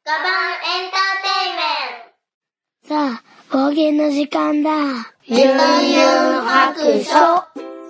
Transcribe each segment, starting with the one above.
ガバンエンターテイメント。 さあ、方言の時間だ。 ゆんゆん白書。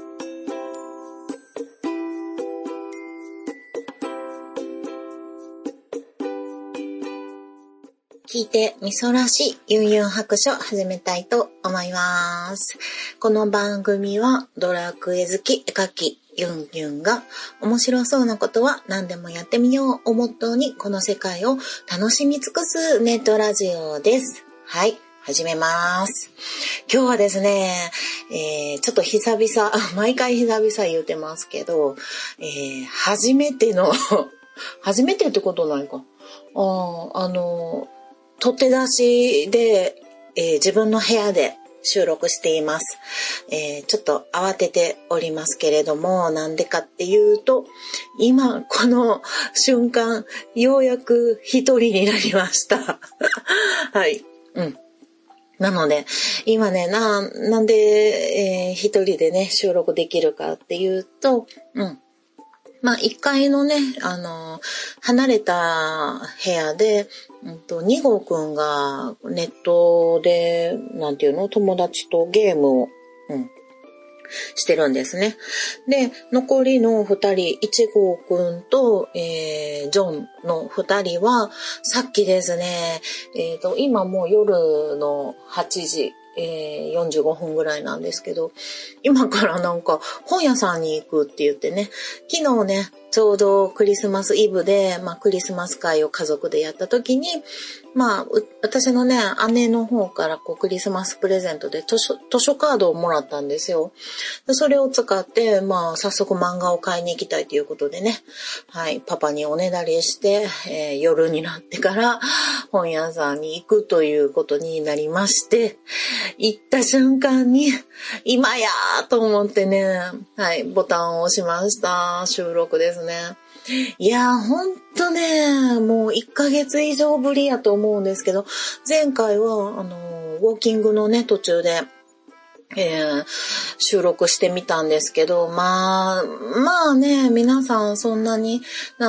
聞いてみそらしゆんゆん白書始めたいと思います。この番組はドラクエ好き絵描きユンユンが面白そうなことは何でもやってみようをモットーにこの世界を楽しみ尽くすネットラジオです。はい、始めます。今日はですね、ちょっと久々、毎回久々言うてますけど、初めてってことないか。取って出しで、自分の部屋で収録しています。ちょっと慌てておりますけれども、なんでかっていうと、今この瞬間、ようやく一人になりました。はい。なので、今ね、なんで、一人でね、収録できるかっていうと、1階のね、離れた部屋で、2号くんがネットで、友達とゲームを、してるんですね。で、残りの2人、1号くんと、ジョンの2人は、さっきですね、今もう夜の8時、45分ぐらいなんですけど、今から本屋さんに行くって言ってね、昨日ね、ちょうどクリスマスイブで、クリスマス会を家族でやった時に、私のね、姉の方からクリスマスプレゼントで図書カードをもらったんですよ。でそれを使って、早速漫画を買いに行きたいということでね、はい、パパにおねだりして、夜になってから本屋さんに行くということになりまして、行った瞬間に、今やーと思ってね、はい、ボタンを押しました。収録ですね。いやー、ほんとね、もう1ヶ月以上ぶりやと思うんですけど、前回は、ウォーキングのね、途中で、収録してみたんですけど、まあね、皆さんそんなに、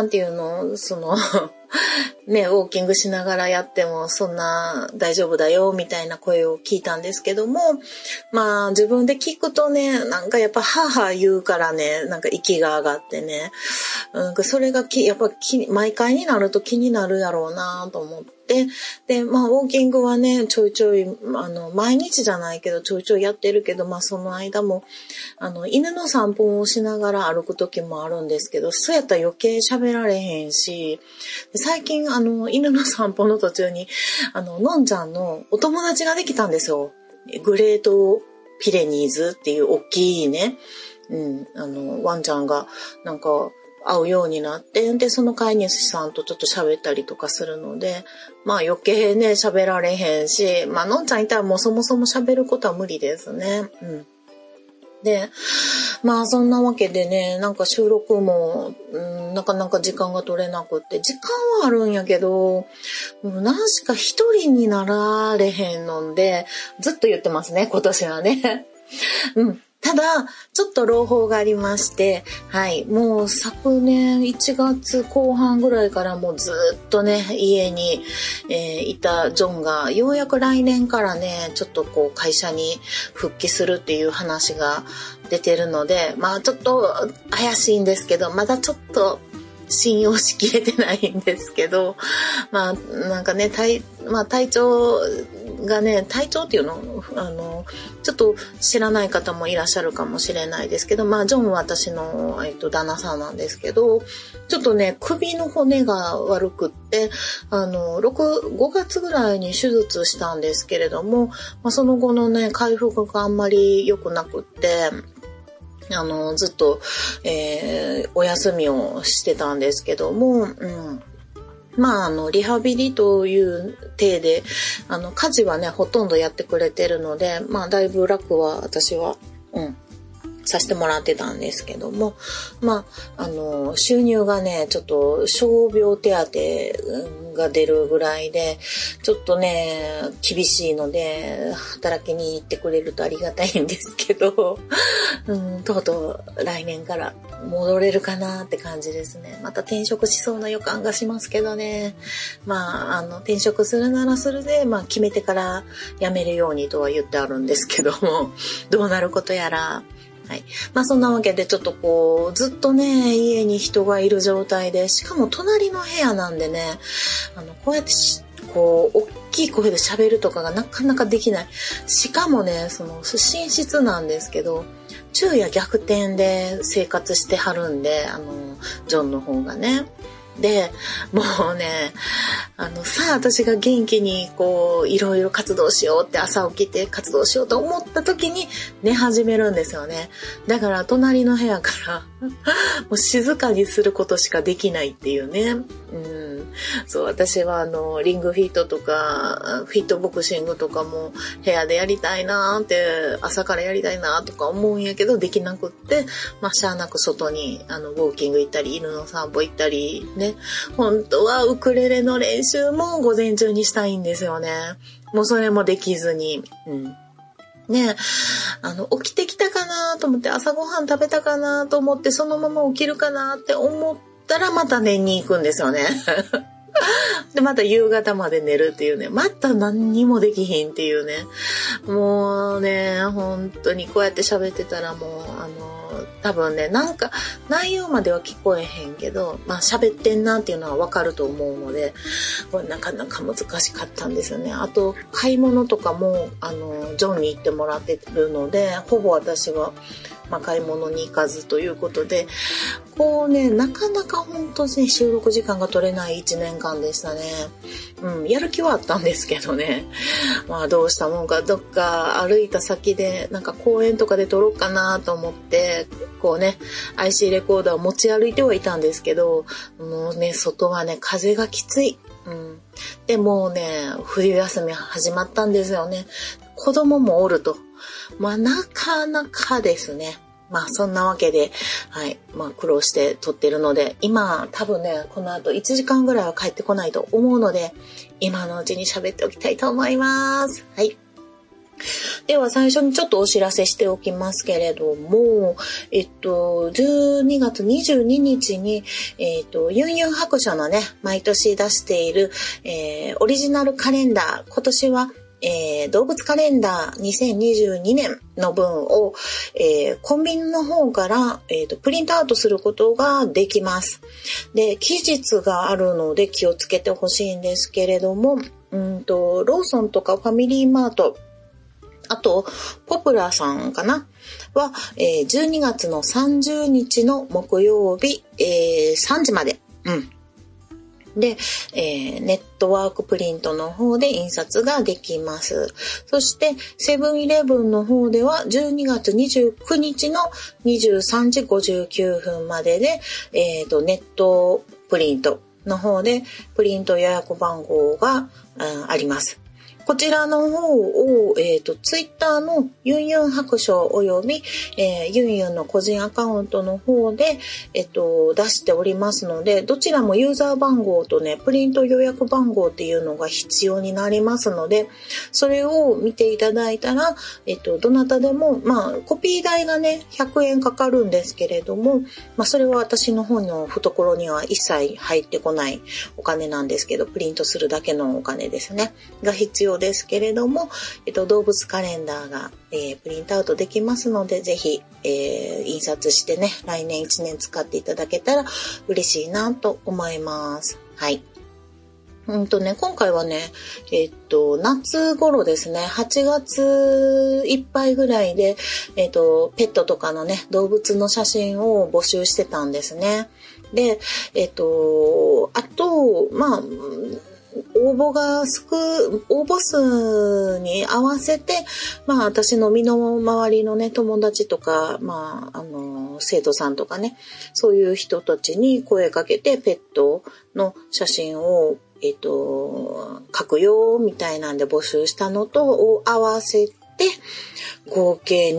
ね、ウォーキングしながらやってもそんな大丈夫だよみたいな声を聞いたんですけども、自分で聞くとね、やっぱ母言うからね、息が上がってね、それがやっぱ毎回になると気になるやろうなと思って、で、ウォーキングはね、ちょいちょい、毎日じゃないけど、ちょいちょいやってるけど、その間も、犬の散歩をしながら歩く時もあるんですけど、そうやったら余計喋られへんし、最近、犬の散歩の途中に、のんちゃんのお友達ができたんですよ。グレートピレニーズっていう大きいね、ワンちゃんが、会うようになって、で、その飼い主さんとちょっと喋ったりとかするので、余計ね、喋られへんし、のんちゃんいたらもうそもそも喋ることは無理ですね。で、そんなわけでね、収録も、なかなか時間が取れなくって、時間はあるんやけど、何しか一人になられへんので、ずっと言ってますね、今年はね。ただ、ちょっと朗報がありまして、はい、もう昨年1月後半ぐらいからもうずっとね、家に、いたジョンが、ようやく来年からね、ちょっと会社に復帰するっていう話が出てるので、ちょっと怪しいんですけど、まだちょっと信用しきれてないんですけど、体調がね、体調っていうのちょっと知らない方もいらっしゃるかもしれないですけど、ジョンは私の、旦那さんなんですけど、ちょっとね、首の骨が悪くって、5月ぐらいに手術したんですけれども、その後のね、回復があんまり良くなくって、ずっと、お休みをしてたんですけども、リハビリという体で、家事はね、ほとんどやってくれてるので、だいぶ楽は私は、させてもらってたんですけども、収入がね、ちょっと傷病手当が出るぐらいで、ちょっとね、厳しいので、働きに行ってくれるとありがたいんですけど、とうとう来年から、 戻れるかなって感じですね。また転職しそうな予感がしますけどね。転職するならそれで、決めてから辞めるようにとは言ってあるんですけども、どうなることやら。はい。そんなわけでちょっとずっとね、家に人がいる状態で、しかも隣の部屋なんでね、こうやって大きい声で喋るとかがなかなかできない。しかもね、寝室なんですけど、昼夜逆転で生活してはるんで、ジョンの方がね。で、もうね、さあ私が元気にいろいろ活動しようって朝起きて活動しようと思った時に寝始めるんですよね。だから隣の部屋からもう静かにすることしかできないっていうね。そう、私はリングフィットとかフィットボクシングとかも部屋でやりたいなーって朝からやりたいなとか思うんやけどできなくって、しゃあなく外にウォーキング行ったり犬の散歩行ったりね。本当はウクレレの練習も午前中にしたいんですよね。もうそれもできずに。ね、起きてきたかなと思って朝ごはん食べたかなと思ってそのまま起きるかなって思ったらまた寝に行くんですよね。でまた夕方まで寝るっていうね、また何にもできひんっていうね。もうね、本当にこうやって喋ってたらもう多分ね、なんか内容までは聞こえへんけど、喋ってんなっていうのはわかると思うので、これなかなか難しかったんですよね。あと買い物とかもジョンに行ってもらってるので、ほぼ私は買い物に行かずということで、なかなか本当に収録時間が取れない1年間でしたね。やる気はあったんですけどね。どうしたもんか、どっか歩いた先でなんか公園とかで撮ろうかなと思って、IC レコーダーを持ち歩いてはいたんですけど、もうね、外はね、風がきつい。でもうね、冬休み始まったんですよね。子供もおると。なかなかですね。そんなわけで、はい。苦労して撮ってるので、今、多分ね、この後1時間ぐらいは帰ってこないと思うので、今のうちに喋っておきたいと思います。はい。では最初にちょっとお知らせしておきますけれども、12月22日に、ユンユン白書のね、毎年出している、オリジナルカレンダー、今年は動物カレンダー2022年の分を、コンビニの方から、プリントアウトすることができます。で、期日があるので気をつけてほしいんですけれども、ローソンとかファミリーマート、あとポプラさんかなは、12月の30日の木曜日、3時まで。で、ネットワークプリントの方で印刷ができます。そしてセブンイレブンの方では12月29日の23時59分までで、ネットプリントの方でプリント予約番号が、あります。こちらの方を、ツイッターのユンユン白書および、ユンユンの個人アカウントの方で、出しておりますので、どちらもユーザー番号とね、プリント予約番号っていうのが必要になりますので、それを見ていただいたら、どなたでも、コピー代がね、100円かかるんですけれども、それは私の方の懐には一切入ってこないお金なんですけど、プリントするだけのお金ですね、が必要ですけれども、動物カレンダーが、プリントアウトできますので、ぜひ、印刷してね、来年1年使っていただけたら嬉しいなと思います。はい。今回はね、夏頃ですね、8月いっぱいぐらいで、ペットとかのね、動物の写真を募集してたんですね。で、あと、応募数に合わせて、私の身の回りのね、友達とか、生徒さんとかね、そういう人たちに声かけて、ペットの写真を、書くよ、みたいなんで募集したのと合わせて、合計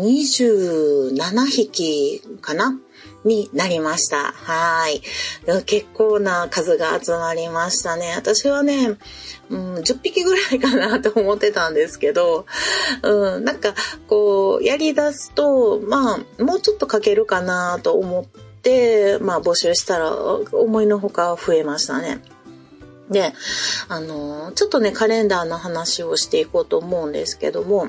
27匹かなになりました。はい。結構な数が集まりましたね。私はね、10匹ぐらいかなと思ってたんですけど、やり出すと、もうちょっと書けるかなと思っで、まあ募集したら思いのほか増えましたね。で、ちょっとね、カレンダーの話をしていこうと思うんですけども、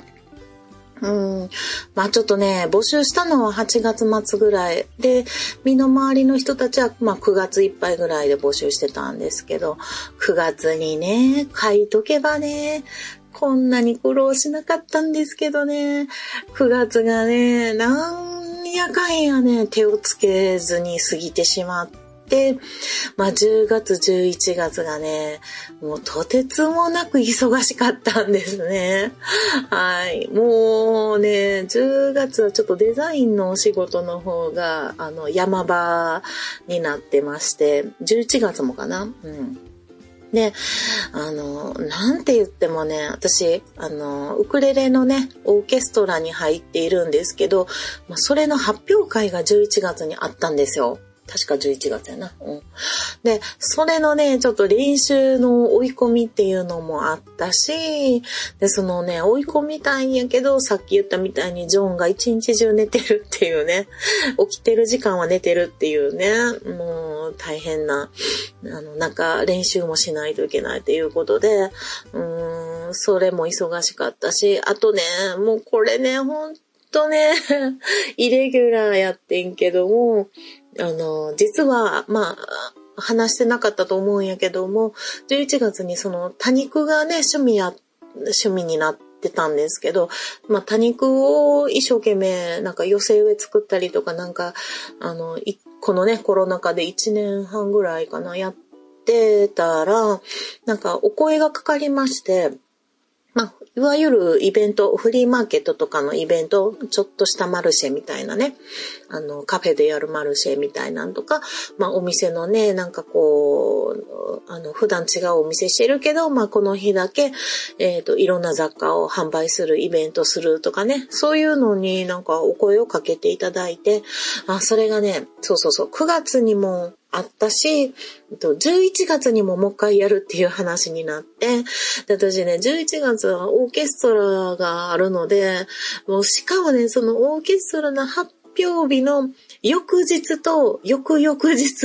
まあちょっとね、募集したのは8月末ぐらいで、身の回りの人たちはまあ9月いっぱいぐらいで募集してたんですけど、9月にね、書いとけばね、こんなに苦労しなかったんですけどね、9月がね、なんやかんやね、手をつけずに過ぎてしまって、まあ10月11月がね、もうとてつもなく忙しかったんですね。はい。もうね、10月はちょっとデザインのお仕事の方が山場になってまして、11月もかな。で、なんて言ってもね、私、ウクレレのね、オーケストラに入っているんですけど、まあ、それの発表会が11月にあったんですよ。確か11月やな。で、それのね、ちょっと練習の追い込みっていうのもあったし、で、そのね、追い込みたいんやけど、さっき言ったみたいにジョンが一日中寝てるっていうね、起きてる時間は寝てるっていうね、もう大変な、なんか練習もしないといけないということで、それも忙しかったし、あとね、もうこれね、ほんとね、イレギュラーやってんけども、実は、まあ、話してなかったと思うんやけども、11月にその多肉がね、趣味になってたんですけど、まあ多肉を一生懸命なんか寄せ植え作ったりとかなんか、このね、コロナ禍で1年半ぐらいかな、やってたら、なんかお声がかかりまして、まあ、いわゆるイベント、フリーマーケットとかのイベント、ちょっとしたマルシェみたいなね、カフェでやるマルシェみたいなんとか、まあ、お店のね、なんかこう、普段違うお店してるけど、まあ、この日だけ、いろんな雑貨を販売するイベントするとかね、そういうのになんかお声をかけていただいて、それがね、そう、9月にも、あったし、11月にももう一回やるっていう話になって、で私ね、11月はオーケストラがあるので、もうしかもね、そのオーケストラの発表日の翌日と、翌日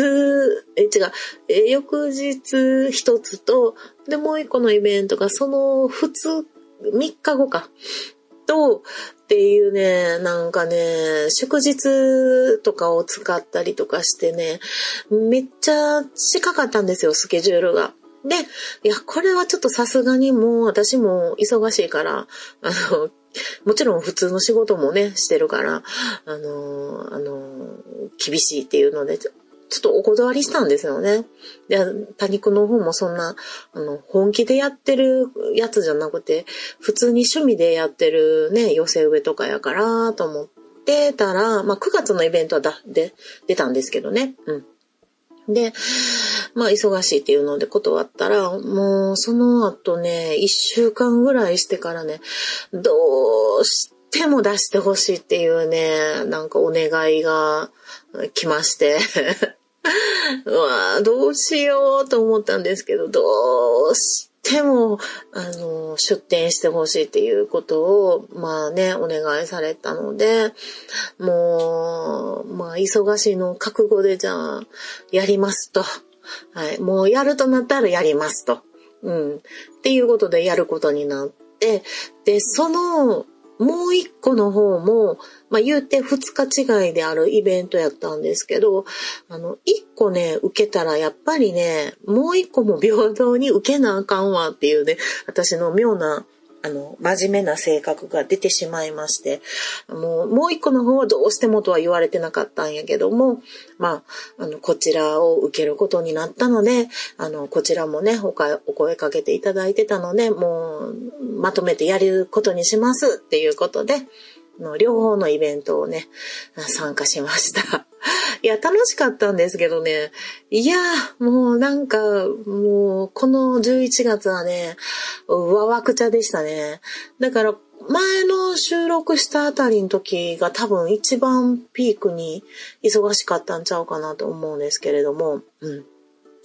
一つと、で、もう一個のイベントがその3日後か。っていうね、なんかね、祝日とかを使ったりとかしてね、めっちゃ近かったんですよ、スケジュールが。で、いや、これはちょっとさすがにもう私も忙しいから、もちろん普通の仕事もね、してるから、厳しいっていうので、ちょっとお断りしたんですよね。で、多肉の方もそんな、本気でやってるやつじゃなくて、普通に趣味でやってるね、寄せ植えとかやから、と思ってたら、まあ、9月のイベントは出たんですけどね。で、まあ、忙しいっていうので断ったら、もう、その後ね、1週間ぐらいしてからね、どうしても出してほしいっていうね、なんかお願いが来まして。うわどうしようと思ったんですけど、どうしても、出店してほしいっていうことを、まあね、お願いされたので、もう、まあ、忙しいの覚悟で、じゃあ、やりますと。はい。もうやるとなったらやりますと。っていうことでやることになって、で、その、もう一個の方も、まあ言うて2日違いであるイベントやったんですけど、一個ね、受けたらやっぱりね、もう一個も平等に受けなあかんわっていうね、私の妙な、真面目な性格が出てしまいまして、もう一個の方はどうしてもとは言われてなかったんやけども、まあ、こちらを受けることになったので、こちらもね、お声かけていただいてたので、もう、まとめてやることにしますっていうことで、両方のイベントをね、参加しました。いや、楽しかったんですけどね。いや、もうなんか、もう、この11月はね、わわくちゃでしたね。だから、前の収録したあたりの時が多分一番ピークに忙しかったんちゃうかなと思うんですけれども、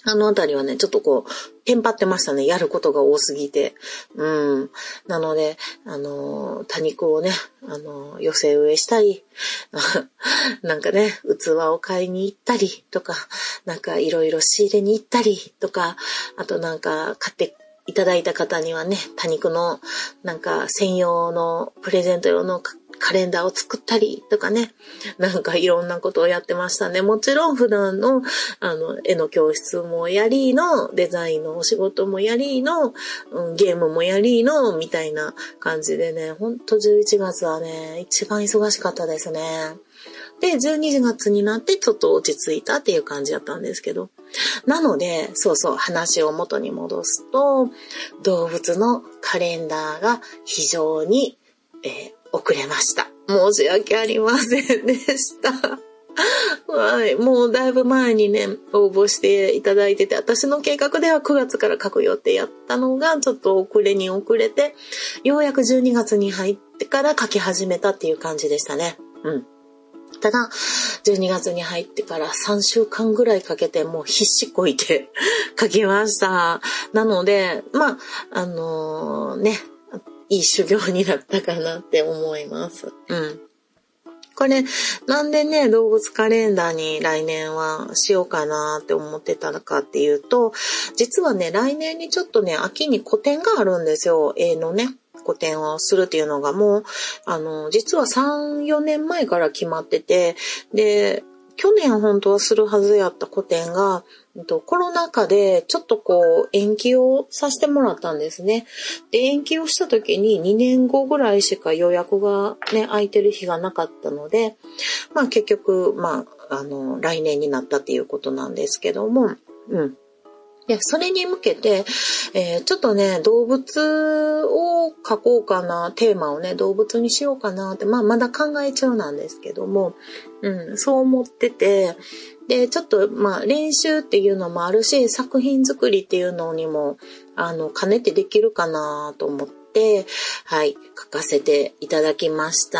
あのあたりはね、ちょっとこう、テンパってましたね。やることが多すぎて。なので、多肉をね、寄せ植えしたり、なんかね、器を買いに行ったりとか、なんかいろいろ仕入れに行ったりとか、あとなんか買っていただいた方にはね、多肉のなんか専用のプレゼント用のカレンダーを作ったりとかね、なんかいろんなことをやってましたね。もちろん普段の絵の教室もやりの、デザインのお仕事もやりの、ゲームもやりの、みたいな感じでね、ほんと11月はね、一番忙しかったですね。で、12月になってちょっと落ち着いたっていう感じだったんですけど。なので、話を元に戻すと、動物のカレンダーが非常に、遅れました。申し訳ありませんでした。はい。もうだいぶ前にね、応募していただいてて、私の計画では9月から書く予定やったのが、ちょっと遅れて、ようやく12月に入ってから書き始めたっていう感じでしたね。ただ、12月に入ってから3週間ぐらいかけてもう必死こいて書きました。なので、いい修行になったかなって思います。これ、なんでね、動物カレンダーに来年はしようかなって思ってたのかっていうと、実はね、来年にちょっとね、秋に個展があるんですよ。絵のね、個展をするっていうのがもう、実は3、4年前から決まってて、で、去年本当はするはずやった個展が、コロナ禍でちょっとこう延期をさせてもらったんですね。で、延期をした時に2年後ぐらいしか予約がね、空いてる日がなかったので、結局、来年になったっていうことなんですけども、で、それに向けて、ちょっとね、動物を描こうかな、テーマをね、動物にしようかなって、まだ考え中なんですけども、そう思ってて、で、ちょっと、練習っていうのもあるし、作品作りっていうのにも、兼ねてできるかなと思って、はい、書かせていただきました。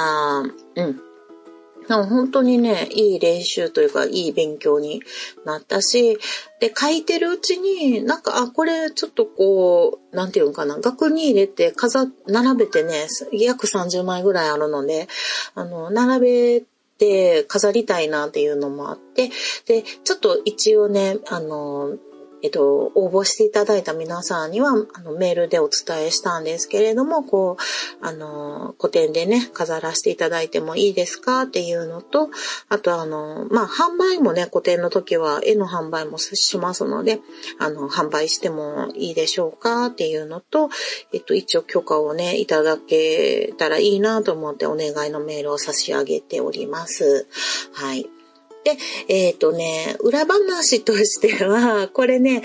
本当にね、いい練習というか、いい勉強になったし、で、書いてるうちに、なんか、これちょっとこう、なんていうのかな、額に入れて並べてね、約30枚ぐらいあるので、並べて飾りたいなっていうのもあって、で、ちょっと一応ね、応募していただいた皆さんには、メールでお伝えしたんですけれども、こう、個展でね、飾らせていただいてもいいですかっていうのと、あと販売もね、個展の時は絵の販売もしますので、販売してもいいでしょうかっていうのと、一応許可をね、いただけたらいいなと思ってお願いのメールを差し上げております。はい。で、裏話としては、これね、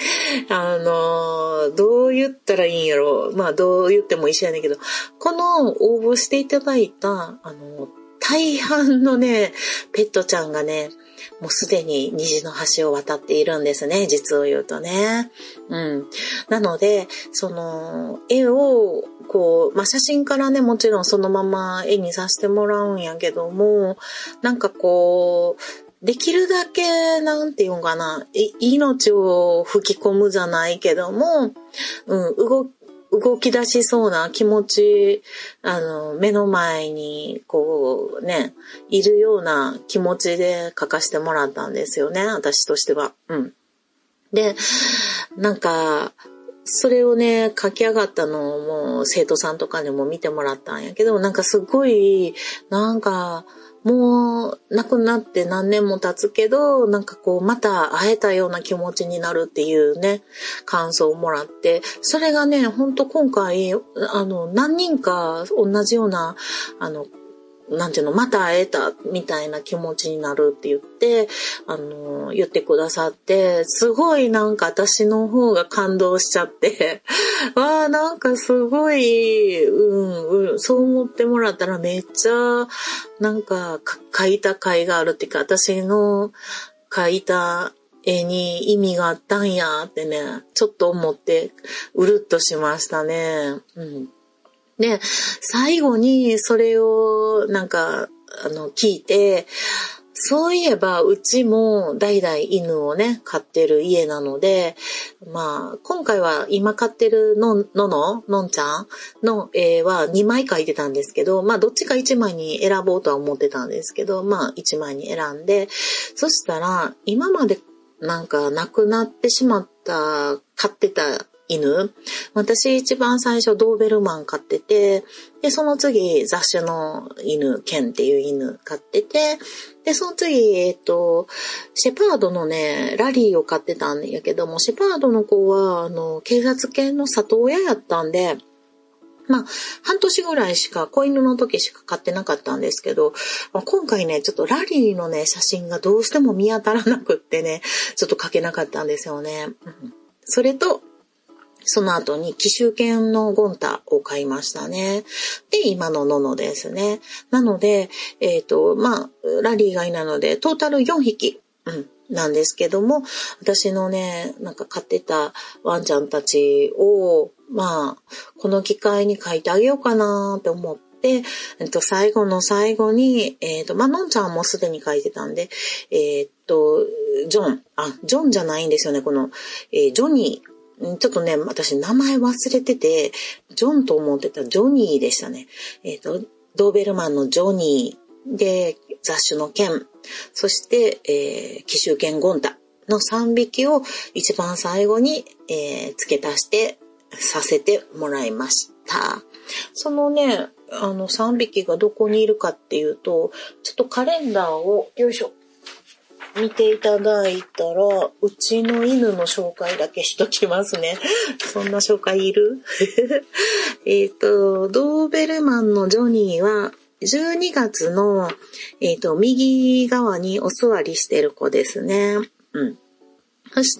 どう言ったらいいんやろ。どう言っても一緒やねんけど、この応募していただいた、大半のね、ペットちゃんがね、もうすでに虹の橋を渡っているんですね、実を言うとね。なので、その、絵を、こう、写真からね、もちろんそのまま絵にさせてもらうんやけども、なんかこう、できるだけ、なんていうんかな、命を吹き込むじゃないけども、動き出しそうな気持ち、目の前に、こうね、いるような気持ちで描かせてもらったんですよね、私としては。で、なんか、それをね、書き上がったのをもう生徒さんとかにも見てもらったんやけど、なんかすごい、なんか、もう亡くなって何年も経つけど、なんかこうまた会えたような気持ちになるっていうね、感想をもらって、それがね、ほんと今回、何人か同じような、なんていうの、また会えたみたいな気持ちになるって言って、言ってくださって、すごいなんか私の方が感動しちゃって、なんかすごい、そう思ってもらったらめっちゃ、なんか描いた甲斐があるっていうか、私の描いた絵に意味があったんやってね、ちょっと思って、うるっとしましたね。で、最後にそれをなんか、聞いて、 そういえば、うちも代々犬をね、飼ってる家なので、まあ、今回は今飼ってるのんちゃんの絵は2枚描いてたんですけど、まあ、どっちか1枚に選ぼうとは思ってたんですけど、まあ、1枚に選んで、そしたら、今までなんか亡くなってしまった飼ってた犬、私一番最初ドーベルマン飼ってて、でその次雑種の犬ケンっていう犬飼ってて、でその次シェパードのねラリーを飼ってたんやけども、シェパードの子は警察犬の里親やったんで、まあ、半年ぐらいしか、子犬の時しか飼ってなかったんですけど、今回ね、ちょっとラリーのね、写真がどうしても見当たらなくってね、ちょっと描けなかったんですよね。それと、その後に奇襲犬のゴンタを買いましたね。で、今のノノですね。なので、まあ、ラリーがいなので、トータル4匹。なんですけども、私のね、なんか飼ってたワンちゃんたちを、まあ、この機会に書いてあげようかなって思って、最後の最後に、まあ、のんちゃんもすでに書いてたんで、ジョンじゃないんですよね、この、ジョニー。ちょっとね、私名前忘れてて、ジョンと思ってたジョニーでしたね。ドーベルマンのジョニーで、雑種のケン、そして、奇襲犬ゴンタの3匹を一番最後に、付け足してさせてもらいました。そのね、3匹がどこにいるかっていうと、ちょっとカレンダーを、よいしょ、見ていただいたら、うちの犬の紹介だけしときますね。そんな紹介いる？ドーベルマンのジョニーは、12月の、右側にお座りしてる子ですね。そして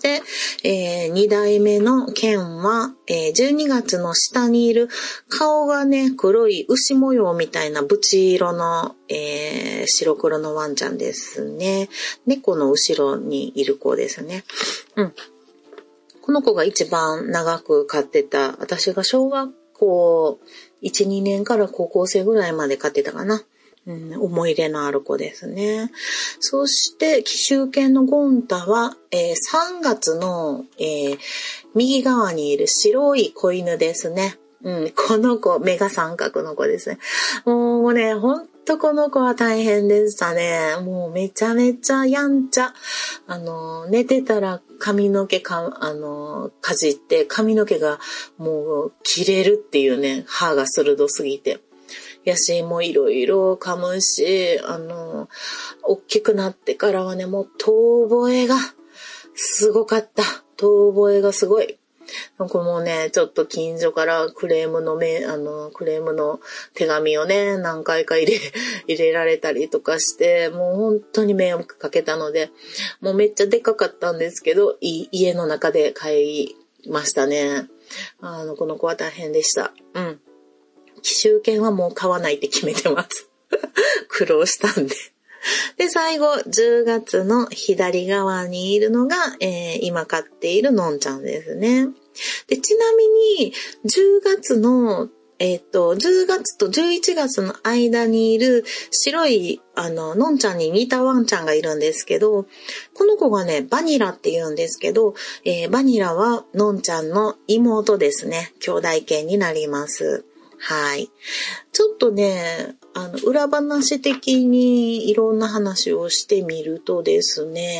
、2代目のケンは、12月の下にいる顔がね、黒い牛模様みたいなブチ色の、白黒のワンちゃんですね。猫の後ろにいる子ですね。この子が一番長く飼ってた、私が小学校1、2年から高校生ぐらいまで飼ってたかな。思い入れのある子ですね。そして、奇襲犬のゴンタは、3月の、右側にいる白い子犬ですね。この子、目が三角の子ですね。もうね、ほんとこの子は大変でしたね。もうめちゃめちゃやんちゃ。寝てたら髪の毛かじって髪の毛がもう切れるっていうね、歯が鋭すぎて。やし、もういろいろ噛むし、大きくなってからはね、もう遠吠えがすごかった。遠吠えがすごい。なんかもうね、ちょっと近所からクレームの手紙をね、何回か入れられたりとかして、もう本当に迷惑かけたので、もうめっちゃでかかったんですけど、家の中で飼いましたね。この子は大変でした。奇襲犬はもう飼わないって決めてます。苦労したんで。で、最後、10月の左側にいるのが、今飼っているのんちゃんですね。で、ちなみに、10月の、10月と11月の間にいる白い、のんちゃんに似たワンちゃんがいるんですけど、この子がね、バニラって言うんですけど、バニラはのんちゃんの妹ですね。兄弟犬になります。はい。ちょっとね、裏話的にいろんな話をしてみるとですね、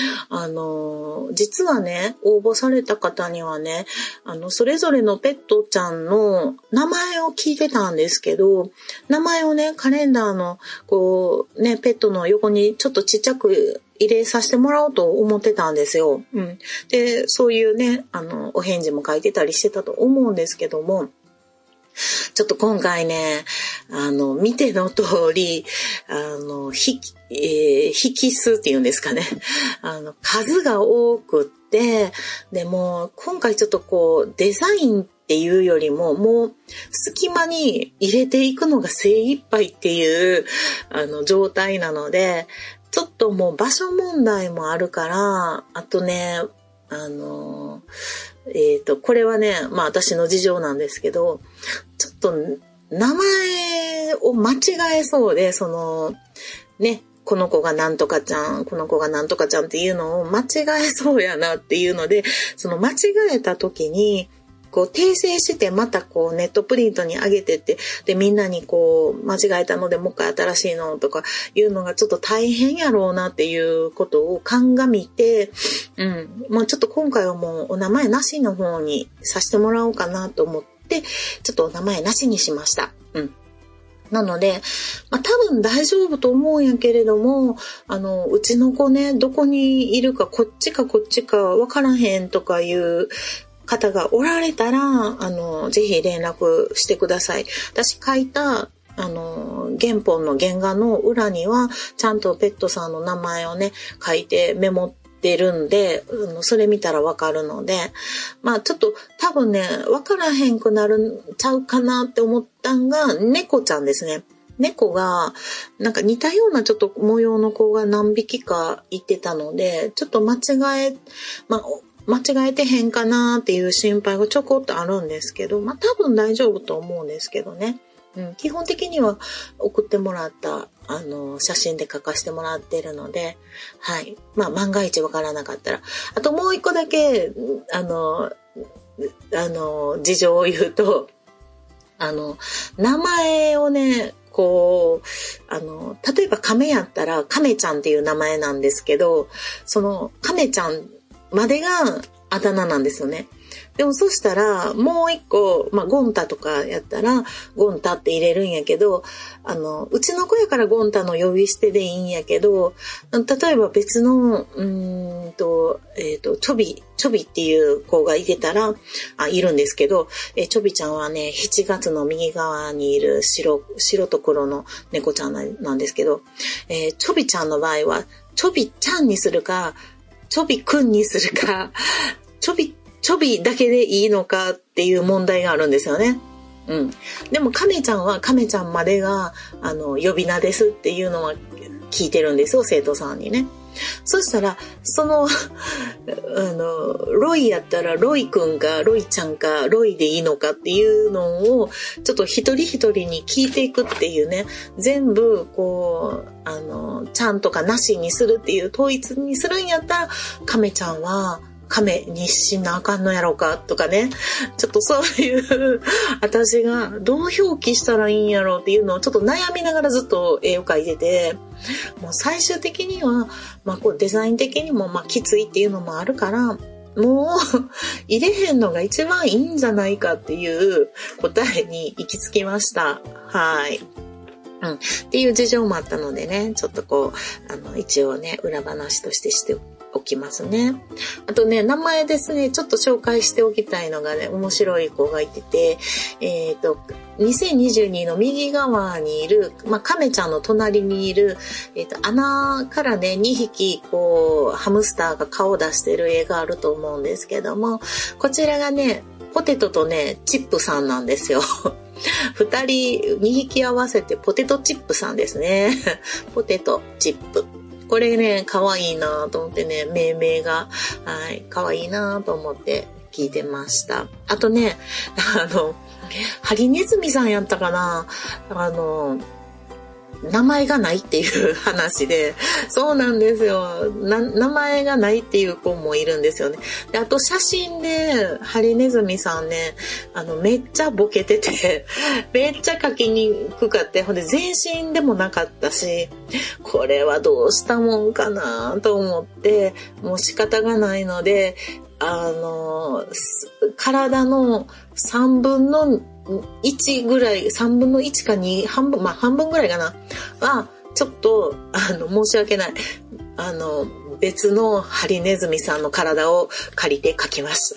実はね、応募された方にはね、それぞれのペットちゃんの名前を聞いてたんですけど、名前をね、カレンダーの、こう、ね、ペットの横にちょっとちっちゃく入れさせてもらおうと思ってたんですよ。で、そういうね、お返事も書いてたりしてたと思うんですけども、ちょっと今回ね、見ての通り、引数っていうんですかね。数が多くって、でも、今回ちょっとこう、デザインっていうよりも、もう、隙間に入れていくのが精一杯っていう、状態なので、ちょっともう場所問題もあるから、あとね、これはね、まあ私の事情なんですけど、ちょっと名前を間違えそうで、ね、 この子がなんとかちゃん、この子がなんとかちゃんっていうのを間違えそうやなっていうので、その間違えた時に、こう訂正してまたこうネットプリントに上げてって、でみんなにこう間違えたのでもう一回新しいのとかいうのがちょっと大変やろうなっていうことを鑑みて、まあちょっと今回はもうお名前なしの方にさせてもらおうかなと思って、ちょっとお名前なしにしました。なので、まあ多分大丈夫と思うんやけれども、うちの子ね、どこにいるかこっちかこっちかわからへんとかいう方がおられたら、ぜひ連絡してください。私書いた、原本の原画の裏には、ちゃんとペットさんの名前をね、書いてメモってるんで、それ見たらわかるので、まあちょっと多分ね、わからへんくなるちゃうかなって思ったんが、猫ちゃんですね。猫が、なんか似たようなちょっと模様の子が何匹かいてたので、ちょっと間違えてへんかなっていう心配がちょこっとあるんですけど、まあ多分大丈夫と思うんですけどね。基本的には送ってもらった写真で書かせてもらっているので、はい。まあ万が一わからなかったら、あともう一個だけ事情を言うと、名前をね、こう例えば亀やったら亀ちゃんっていう名前なんですけど、その亀ちゃんまでがあだ名なんですよね。でもそしたらもう一個、まあゴンタとかやったらゴンタって入れるんやけど、うちの子やからゴンタの呼び捨てでいいんやけど、例えば別のチョビっていう子がいてたらいるんですけど、チョビちゃんはね7月の右側にいる白と黒の猫ちゃんなんですけど、チョビちゃんの場合はチョビちゃんにするかチョビくんにするか、チョビだけでいいのかっていう問題があるんですよね。でも亀ちゃんは亀ちゃんまでが呼び名ですっていうのは聞いてるんですよ、生徒さんにね。そしたらそのロイやったらロイくんかロイちゃんかロイでいいのかっていうのをちょっと一人一人に聞いていくっていうね、全部こうちゃんとかなしにするっていう統一にするんやったら、亀ちゃんは亀にしなあかんのやろうかとかね、ちょっとそういう私がどう表記したらいいんやろうっていうのをちょっと悩みながらずっと絵を描いてて、もう最終的には、まあ、こうデザイン的にもまあきついっていうのもあるから、もう入れへんのが一番いいんじゃないかっていう答えに行き着きました。はい。っていう事情もあったのでね、ちょっとこう一応ね裏話としておきますね。あとね、名前ですね、ちょっと紹介しておきたいのがね、面白い子がいてて、2022の右側にいる、まあ、亀ちゃんの隣にいる、穴からね、2匹、こう、ハムスターが顔を出してる絵があると思うんですけども、こちらがね、ポテトとね、チップさんなんですよ。2匹合わせてポテトチップさんですね。ポテトチップ。これね、可愛いなと思ってね、命名が、はい、可愛いなと思って聞いてました。あとね、ハリネズミさんやったかな、名前がないっていう話で、そうなんですよ。名前がないっていう子もいるんですよね。で、あと写真で、ハリネズミさんね、めっちゃボケてて、めっちゃ描きにくかって、ほんで全身でもなかったし、これはどうしたもんかなと思って、もう仕方がないので、体の3分の1ぐらい、3分の1か2、半分ぐらいかなは、ちょっと、申し訳ない。別のハリネズミさんの体を借りて描きました。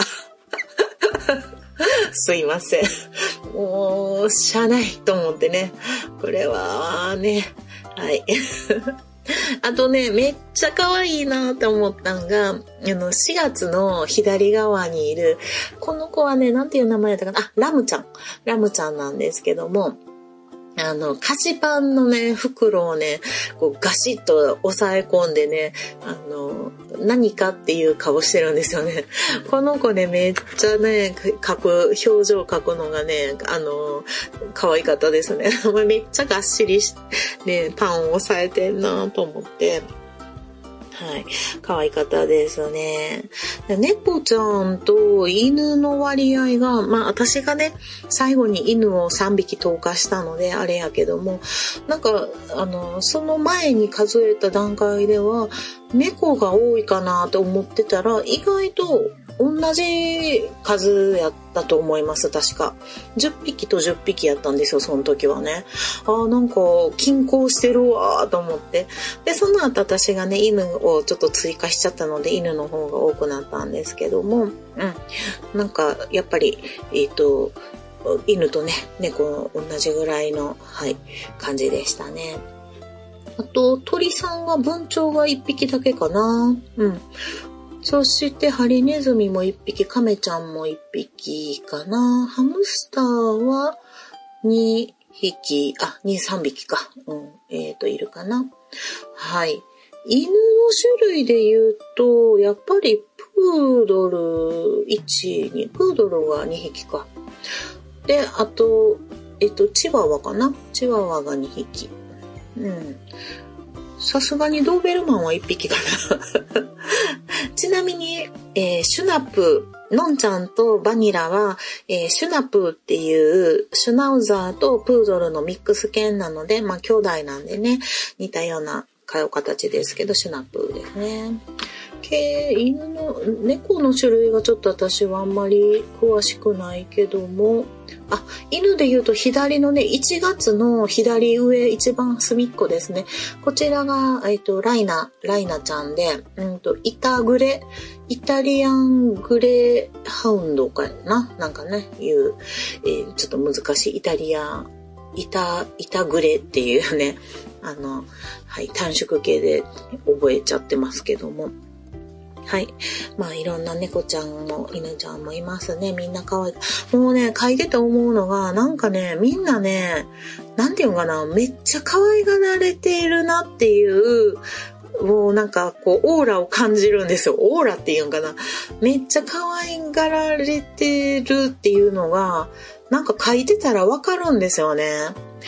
すいません。もう、しゃあないと思ってね。これはね、はい。あとね、めっちゃ可愛いなって思ったんが、4月の左側にいる、この子はね、なんていう名前だったかな、ラムちゃんなんですけども、 菓子パンのね、袋をね、こうガシッと押さえ込んでね、何かっていう顔してるんですよね。この子ね、めっちゃね、表情描くのがね、可愛かったですね。めっちゃがっしりね、パンを押さえてんなと思って。はい。可愛かったですね。猫ちゃんと犬の割合が、私がね、最後に犬を3匹投下したので、あれやけども、なんか、その前に数えた段階では、猫が多いかなと思ってたら、意外と同じ数やったと思います、確か。10匹と10匹やったんですよ、その時はね。なんか、均衡してるわーと思って。で、その後私がね、犬をちょっと追加しちゃったので、犬の方が多くなったんですけども、なんか、やっぱり、犬とね、猫同じぐらいの、感じでしたね。あと、鳥さんは文鳥が1匹だけかな。そしてハリネズミも1匹、カメちゃんも1匹かな。ハムスターは2匹、3匹か。いるかな。はい。犬の種類で言うと、やっぱりプードルプードルが2匹か。で、あと、チワワかな。チワワが2匹。さすがにドーベルマンは1匹かな。ちなみに、シュナプー、のんちゃんとバニラは、シュナプーっていうシュナウザーとプードルのミックス犬なので、兄弟なんでね、似たような形ですけど、シュナプーですね。猫の種類がちょっと私はあんまり詳しくないけども、犬で言うと左のね、1月の左上一番隅っこですね。こちらが、ライナちゃんで、イタリアングレーハウンドかななんかね、ちょっと難しいイタグレっていうね、短縮形で覚えちゃってますけども。はい。いろんな猫ちゃんも犬ちゃんもいますね。みんな可愛い。もうね、嗅いでて思うのが、なんかね、みんなね、なんていうのかな、めっちゃ可愛がられているなっていう、もうなんかこう、オーラを感じるんですよ。オーラっていうんかな。めっちゃ可愛がられてるっていうのが、なんか嗅いでたらわかるんですよね。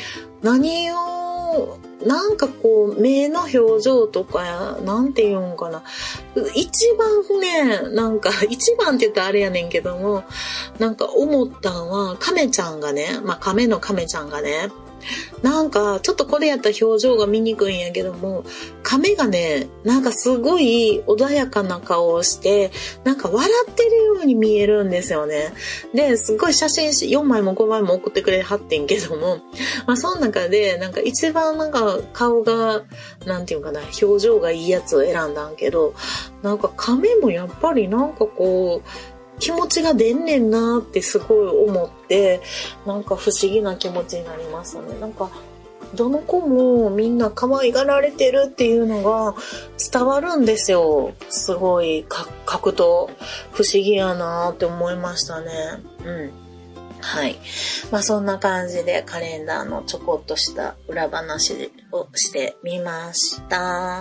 なんかこう、目の表情とか、なんて言うんかな。一番って言ったらあれやねんけども、なんか思ったんは、亀ちゃんがね、亀の亀ちゃんがね、なんか、ちょっとこれやったら表情が見にくいんやけども、亀がね、なんかすごい穏やかな顔をして、なんか笑ってるように見えるんですよね。で、すごい写真4枚も5枚も送ってくれはってんけども、その中で、なんか一番なんか顔が、なんていうかな、表情がいいやつを選んだんけど、なんか亀もやっぱりなんかこう、気持ちが出んねんなってすごい思って、なんか不思議な気持ちになりますね。なんか、どの子もみんな可愛がられてるっていうのが伝わるんですよ。すごい書くと不思議やなって思いましたね。はい。そんな感じでカレンダーのちょこっとした裏話をしてみました。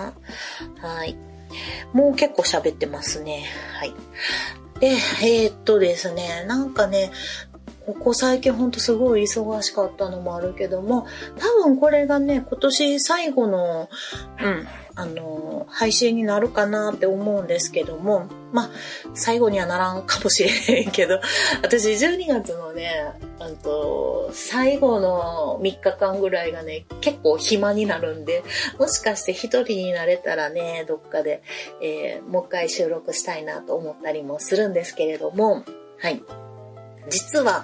はい。もう結構喋ってますね。はい。で、ですね、なんかね、ここ最近ほんとすごい忙しかったのもあるけども、多分これがね、今年最後の、配信になるかなって思うんですけども、最後にはならんかもしれへんけど、私12月のね、最後の3日間ぐらいがね、結構暇になるんで、もしかして一人になれたらね、どっかで、もう一回収録したいなと思ったりもするんですけれども、はい。実は、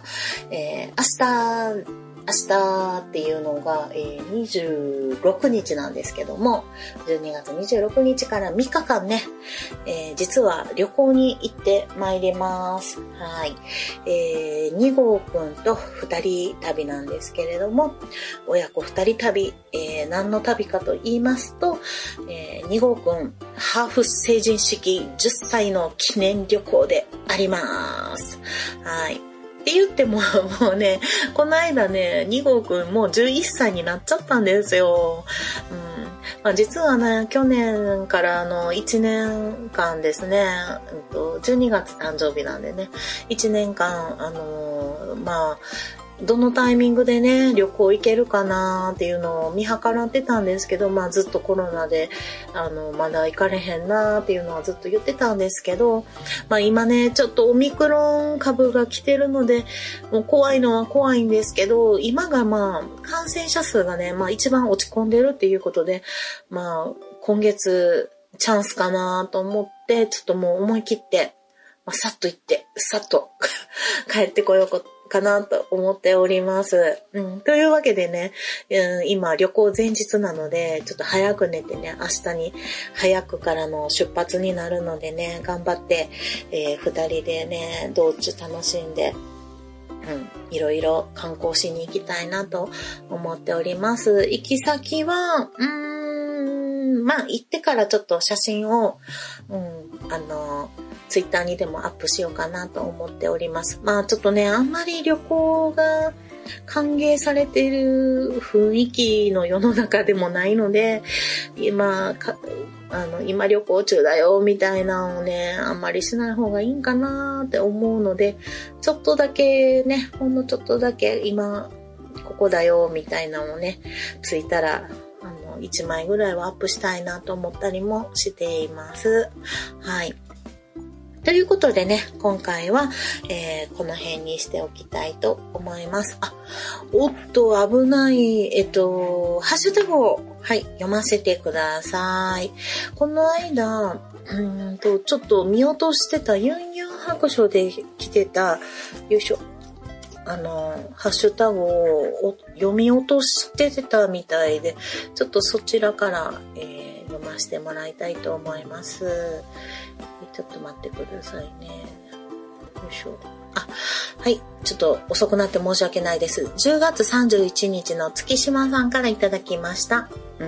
明日っていうのが、26日なんですけども、12月26日から3日間ね、実は旅行に行ってまいります。はい。2号くんと2人旅なんですけれども、親子2人旅、何の旅かと言いますと、2号くんハーフ成人式10歳の記念旅行であります。はい。 って言っても、もうね、この間ね、2号くんもう11歳になっちゃったんですよ。実はね、去年から1年間ですね、12月誕生日なんでね、1年間、どのタイミングでね、旅行行けるかなっていうのを見計らってたんですけど、ずっとコロナで、まだ行かれへんなっていうのはずっと言ってたんですけど、今ね、ちょっとオミクロン株が来てるので、もう怖いのは怖いんですけど、今が感染者数がね、一番落ち込んでるっていうことで、今月、チャンスかなと思って、ちょっともう思い切って、さっと行って、さっと帰ってこようかなと思っております。というわけでね、今旅行前日なので、ちょっと早く寝てね、明日に早くからの出発になるのでね、頑張って、二人でね、道中楽しんで、いろいろ観光しに行きたいなと思っております。行き先は、行ってからちょっと写真を、ツイッターにでもアップしようかなと思っております。ちょっとね、あんまり旅行が歓迎されている雰囲気の世の中でもないので、今旅行中だよみたいなのをね、あんまりしない方がいいんかなって思うので、ちょっとだけね、ほんのちょっとだけ今ここだよみたいなのをね、着いたら1枚ぐらいはアップしたいなと思ったりもしています。はい。ということでね、今回は、この辺にしておきたいと思います。おっと、危ない、ハッシュタグを、読ませてください。この間、ちょっと見落としてたユンユン白書で来てた、よいしょ、ハッシュタグを読み落としてたみたいで、ちょっとそちらから、読ませてもらいたいと思います。ちょっと待ってくださいね。よいしょ。はい。ちょっと遅くなって申し訳ないです。10月31日の月島さんからいただきました。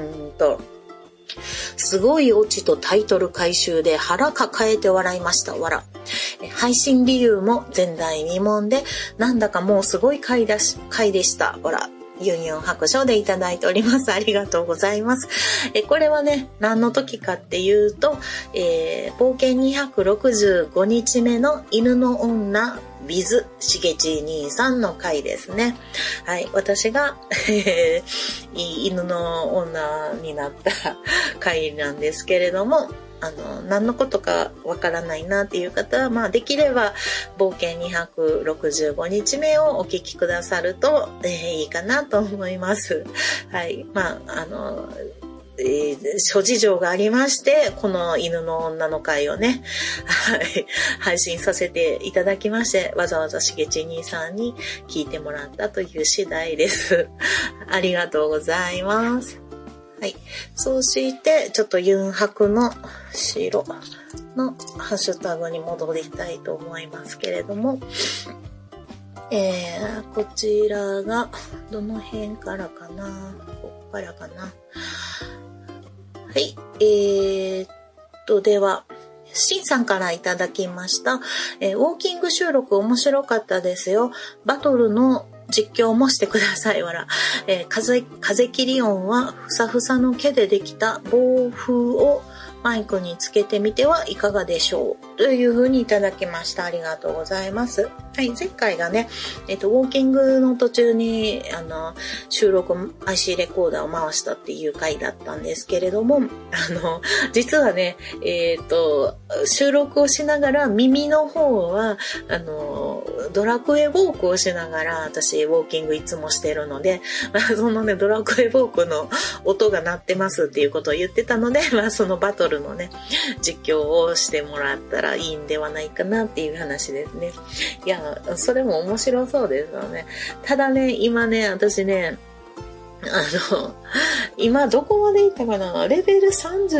すごいオチとタイトル回収で腹抱えて笑いました。笑。配信理由も前代未聞で、なんだかもうすごい回でした。笑。ユンユン白書でいただいております。ありがとうございます。これはね、何の時かっていうと、冒険265日目の犬の女 with しげち兄さんの回ですね。はい、私が犬の女になった回なんですけれども、何のことかわからないなっていう方は、できれば冒険265日目をお聞きくださると、いいかなと思います。はい。諸事情がありまして、この犬の女の回をね、配信させていただきまして、わざわざしげち兄さんに聞いてもらったという次第です。ありがとうございます。はい。そして、ちょっとユン白の白のハッシュタグに戻りたいと思いますけれども、こちらが、どの辺からかな？ここからかな？はい。では、シンさんからいただきました。ウォーキング収録面白かったですよ。バトルの実況もしてください。わら。風切り音はふさふさの毛でできた暴風をマイクにつけてみてはいかがでしょうというふうにいただきました。ありがとうございます。はい、前回がね、ウォーキングの途中に収録 IC レコーダーを回したっていう回だったんですけれども、実はね、収録をしながら耳の方はドラクエウォークをしながら私ウォーキングいつもしてるので、そのねドラクエウォークの音が鳴ってますっていうことを言ってたので、そのバトルのね実況をしてもらったらいいんではないかなっていう話ですね。いや、それも面白そうですよね。ただね、今ね、私ね、今どこまでいったかな、レベル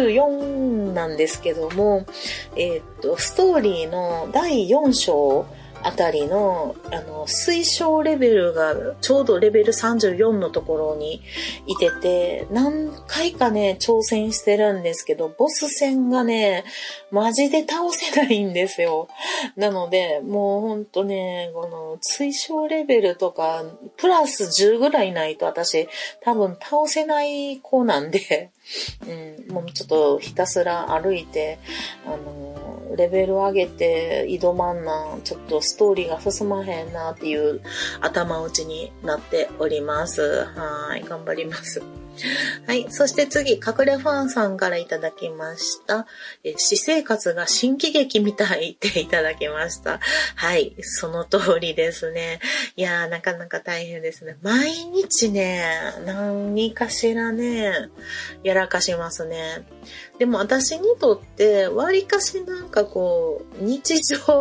34なんですけども、ストーリーの第4章あたりの、推奨レベルがちょうどレベル34のところにいてて、何回かね、挑戦してるんですけど、ボス戦がね、マジで倒せないんですよ。なので、もうほんとね、この推奨レベルとか、プラス10ぐらいないと私、多分倒せない子なんで、もうちょっとひたすら歩いて、レベル上げて挑まんな、ちょっとストーリーが進まへんなっていう頭打ちになっております。はい、頑張ります。はい。そして次、隠れファンさんからいただきました。私生活が新喜劇みたいっていただきました。はい。その通りですね。いやー、なかなか大変ですね。毎日ね、何かしらね、やらかしますね。でも私にとって、割かしなんかこう、日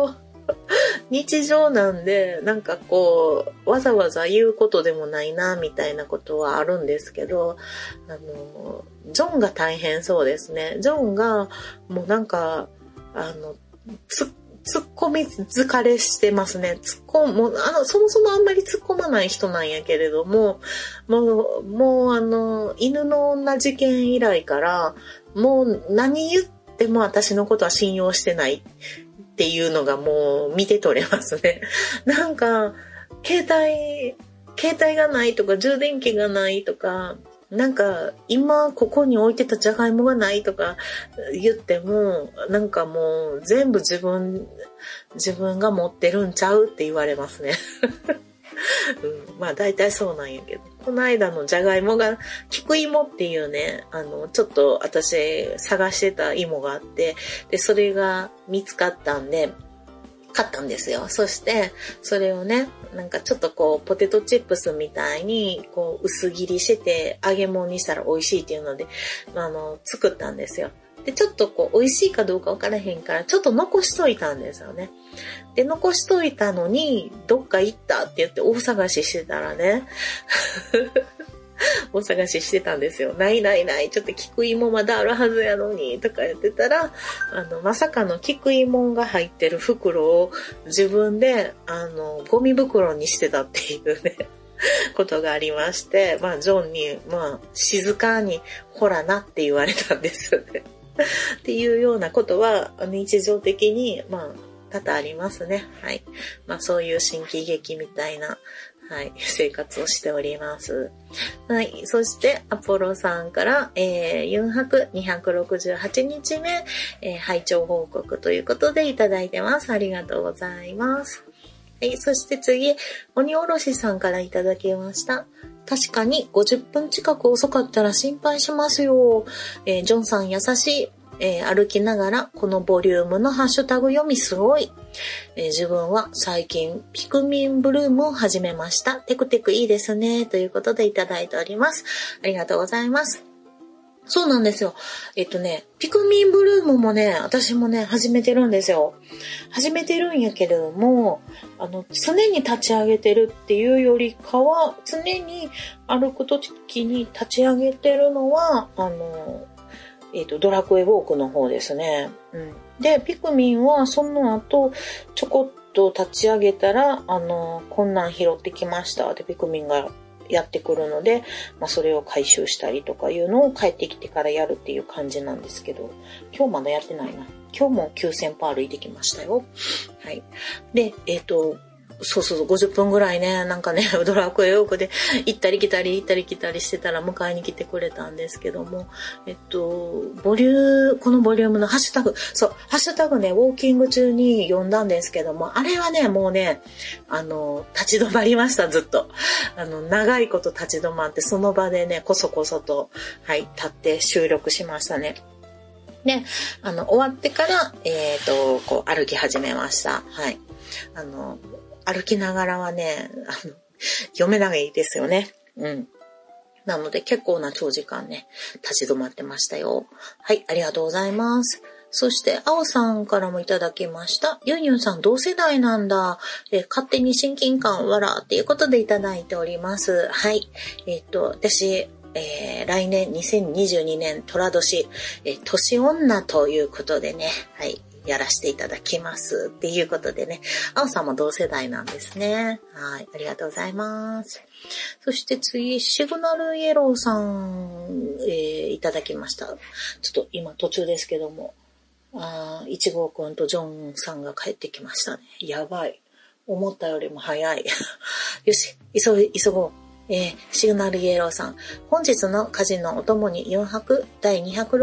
常なんで、なんかこう、わざわざ言うことでもないな、みたいなことはあるんですけど、ジョンが大変そうですね。ジョンが、もうなんか、突っ込み疲れしてますね。そもそもあんまり突っ込まない人なんやけれども、もう犬の女事件以来から、もう何言っても私のことは信用してないっていうのがもう見て取れますね。なんか、携帯がないとか、充電器がないとか、なんか、今ここに置いてたじゃがいもがないとか言っても、なんかもう全部自分が持ってるんちゃうって言われますね。まあ大体そうなんやけど。この間のじゃがいもが、菊芋っていうね、ちょっと私探してた芋があって、で、それが見つかったんで、買ったんですよ。そして、それをね、なんかちょっとこう、ポテトチップスみたいに、こう、薄切りして揚げ物にしたら美味しいっていうので、作ったんですよ。で、ちょっとこう、美味しいかどうかわからへんから、ちょっと残しといたんですよね。で、残しといたのに、どっか行ったって言って大探ししてたらね、大探ししてたんですよ。ない、ちょっと菊芋まだあるはずやのに、とか言ってたら、まさかの菊芋が入ってる袋を自分で、ゴミ袋にしてたっていうね、ことがありまして、まあ、ジョンに、まあ、静かに、ほらなって言われたんですよね。っていうようなことは、日常的に、まあ、多々ありますね。はい。まあ、そういう新喜劇みたいな、はい、生活をしております。はい。そして、アポロさんから、ユンハク268日目、拝聴報告ということでいただいてます。ありがとうございます。はい。そして次、鬼おろしさんからいただきました。確かに50分近く遅かったら心配しますよ。ジョンさん優しい。歩きながらこのボリュームのハッシュタグ読みすごい。自分は最近ピクミンブルームを始めました。テクテクいいですね。ということでいただいております。ありがとうございます。そうなんですよ。ピクミンブルームもね、私もね、始めてるんですよ。始めてるんやけれども、常に立ち上げてるっていうよりかは、常に歩くときに立ち上げてるのは、ドラクエウォークの方ですね。で、ピクミンはその後、ちょこっと立ち上げたら、こんなん拾ってきました。で、ピクミンがやってくるので、まあ、それを回収したりとかいうのを帰ってきてからやるっていう感じなんですけど、今日まだやってないな。今日も9000歩歩いてきましたよ。はい。で、そう、50分ぐらいね、なんかね、ドラクエウォークで行ったり来たりしてたら迎えに来てくれたんですけども、このボリュームのハッシュタグ、そう、ハッシュタグね、ウォーキング中に読んだんですけども、あれはね、もうね、立ち止まりました、ずっと。長いこと立ち止まって、その場でね、こそこそと、はい、立って収録しましたね。で、終わってから、こう歩き始めました。はい。歩きながらはね、読めないですよね。なので結構な長時間ね、立ち止まってましたよ。はい、ありがとうございます。そして、青さんからもいただきました。ユンユンさん同世代なんだ。勝手に親近感わらっていうことでいただいております。はい。私、来年2022年寅年、年女ということでね、はい。 やらせていただきますっていうことでね、青さんも同世代なんですね。はい、ありがとうございます。そして次、シグナルイエローさん、いただきました。ちょっと今途中ですけども、1号くんとジョンさんが帰ってきましたね。やばい。思ったよりも早い。よし、急ごう。シグナルイエローさん。本日の家事のお供に4泊第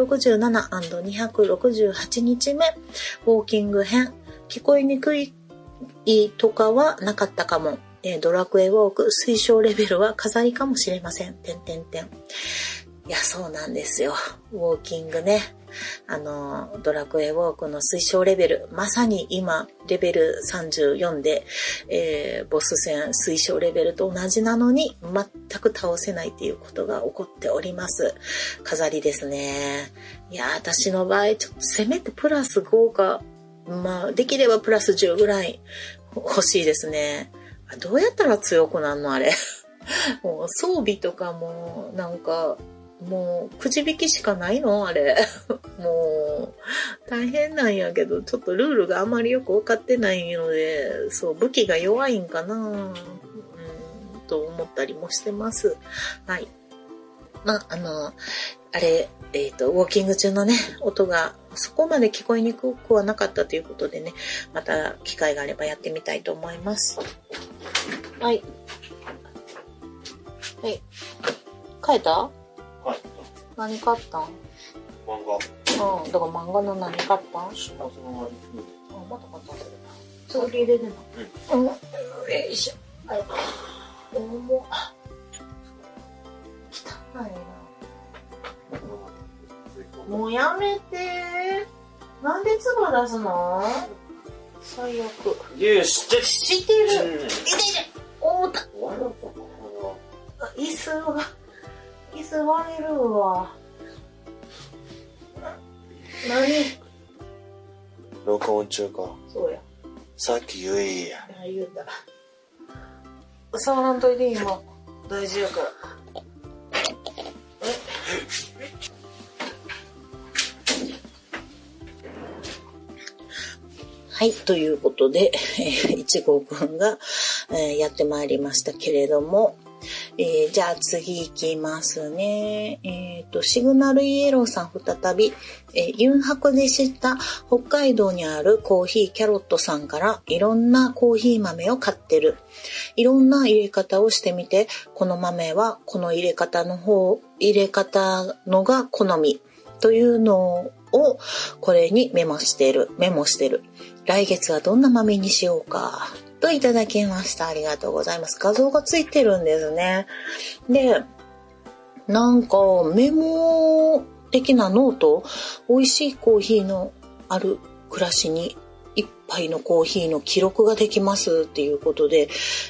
267&268 日目、ウォーキング編。聞こえにくいとかはなかったかも。ドラクエウォーク推奨レベルは飾りかもしれません。いや、そうなんですよ。ウォーキングね。ドラクエウォークの推奨レベル、まさに今、レベル34で、ボス戦推奨レベルと同じなのに、全く倒せないっていうことが起こっております。飾りですね。いや、私の場合、ちょっとせめてプラス5か、まあ、できればプラス10ぐらい欲しいですね。どうやったら強くなるのあれ。もう装備とかも、なんか、もう、くじ引きしかないのあれ。もう、大変なんやけど、ちょっとルールがあまりよく分かってないので、そう、武器が弱いんかなと思ったりもしてます。はい。まあ、あれ、ウォーキング中のね、音がそこまで聞こえにくくはなかったということでね、また機会があればやってみたいと思います。はい。はい。変えた？何買ったん？ 漫画。 うん、だから漫画の何買ったん？ 週末の終わりに。 また買ったんだけど。それ入れてんの？うん。よいしょ。はい。重っ。汚いな。もうやめて。なんで唾出すの？最悪。 よし、 知ってる。痛い痛い。おーた。椅子割れるわ。何？ 録音中か。 そうや。 さっき言えや。 言うた。触らんといて今。大事やから。はい、ということで、1号くんが、やってまいりましたけれども、じゃあ次行きますね。シグナルイエローさん再び、ユンハクで知った北海道にあるコーヒーキャロットさんからいろんなコーヒー豆を買ってる。いろんな入れ方をしてみて、この豆はこの入れ方のが好みというのをこれにメモしてる。来月はどんな豆にしようか。といただきました。ありがとうございます。画像がついてるんですね。で、なんかメモ的なノート、美味しいコーヒーのある暮らしに一杯のコーヒーの記録ができますっていうことで、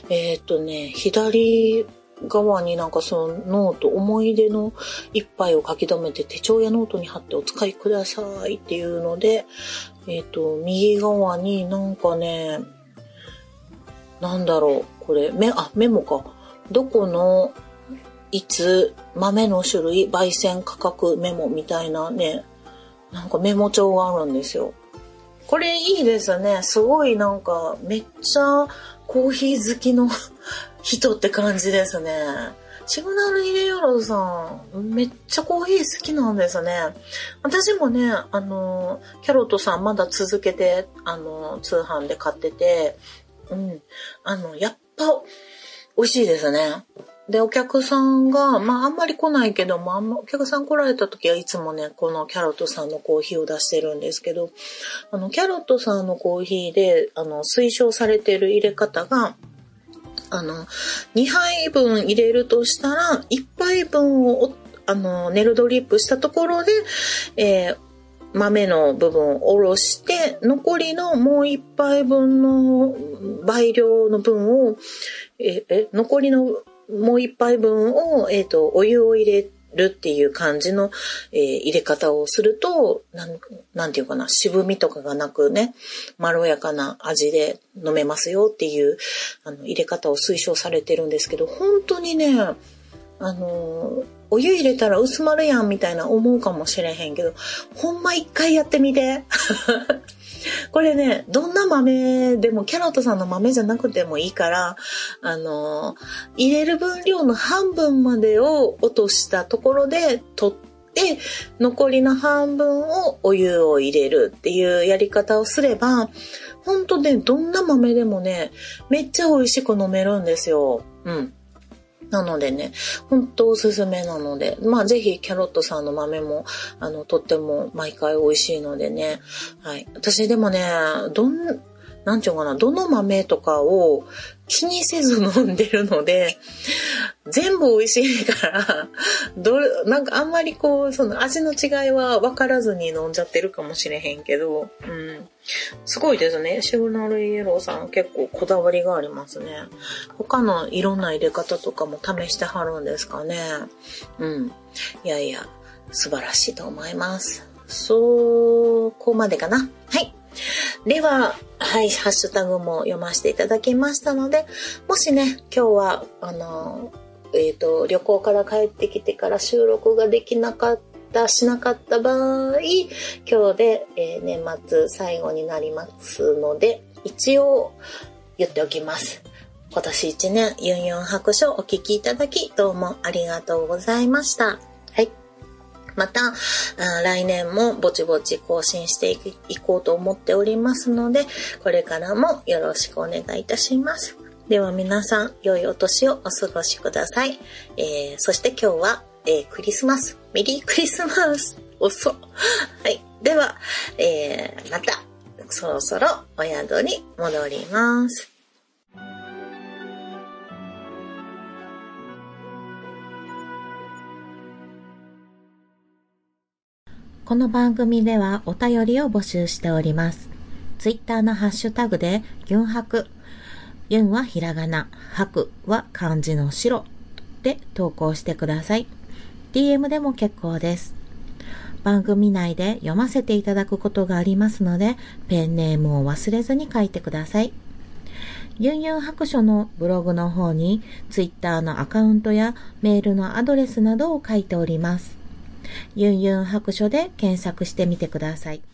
左側になんかそのノート、思い出の一杯を書き留めて手帳やノートに貼ってお使いくださいっていうので、右側になんかね、なんだろう、これ、メモか。どこの、いつ、豆の種類、焙煎価格メモみたいなね、なんかメモ帳があるんですよ。これいいですね。すごいなんか、めっちゃコーヒー好きの人って感じですね。シグナルイレヨロさん、めっちゃコーヒー好きなんですね。私もね、キャロットさんまだ続けて、通販で買ってて、うん。やっぱ、美味しいですね。で、お客さんが、まあ、あんまり来ないけども、お客さん来られた時はいつもね、このキャロットさんのコーヒーを出してるんですけど、キャロットさんのコーヒーで、推奨されてる入れ方が、2杯分入れるとしたら、1杯分を、ネルドリップしたところで、豆の部分をおろして、残りのもう一杯分の倍量の分を、残りのもう一杯分を、お湯を入れるっていう感じの、入れ方をすると、なんていうかな、渋みとかがなくね、まろやかな味で飲めますよっていう、入れ方を推奨されてるんですけど、本当にね、 お湯入れたら薄まるやんみたいな思うかもしれへんけど、ほんま一回やってみて。これね、どんな豆でも、キャロットさんの豆じゃなくてもいいから、入れる分量の半分までを落としたところで取って、残りの半分をお湯を入れるっていうやり方をすれば、ほんとね、どんな豆でもね、めっちゃ美味しく飲めるんですよ。うん。なのでね、ほんとおすすめなので、ぜひキャロットさんの豆も、とっても毎回美味しいのでね。はい。私でもね、なんちゅうかな、どの豆とかを気にせず飲んでるので、全部美味しいから、なんかあんまりその味の違いは分からずに飲んじゃってるかもしれへんけど、すごいですね。シグナルイエローさん結構こだわりがありますね。他のいろんな入れ方とかも試してはるんですかね。いやいや、素晴らしいと思います。そこまでかな。はい。では、はい、ハッシュタグも読ませていただきましたので、もしね、今日は、旅行から帰ってきてから収録がしなかった場合、今日で、年末最後になりますので、一応言っておきます。今年1年、ユンユン白書お聞きいただき、どうもありがとうございました。はい。また、来年もぼちぼち更新していこうと思っておりますので、これからもよろしくお願いいたします。では皆さん、良いお年をお過ごしください。そして今日は、クリスマス。メリークリスマス。遅っ。はい。では、また、そろそろお宿に戻ります。 この番組ではお便りを募集しております。ツイッターのハッシュタグでユンハク、ユンはひらがな、ハクは漢字の白で投稿してください。DM でも結構です。番組内で読ませていただくことがありますので、ペンネームを忘れずに書いてください。ユンユン白書のブログの方にツイッターのアカウントやメールのアドレスなどを書いております。ユンユン白書で検索してみてください。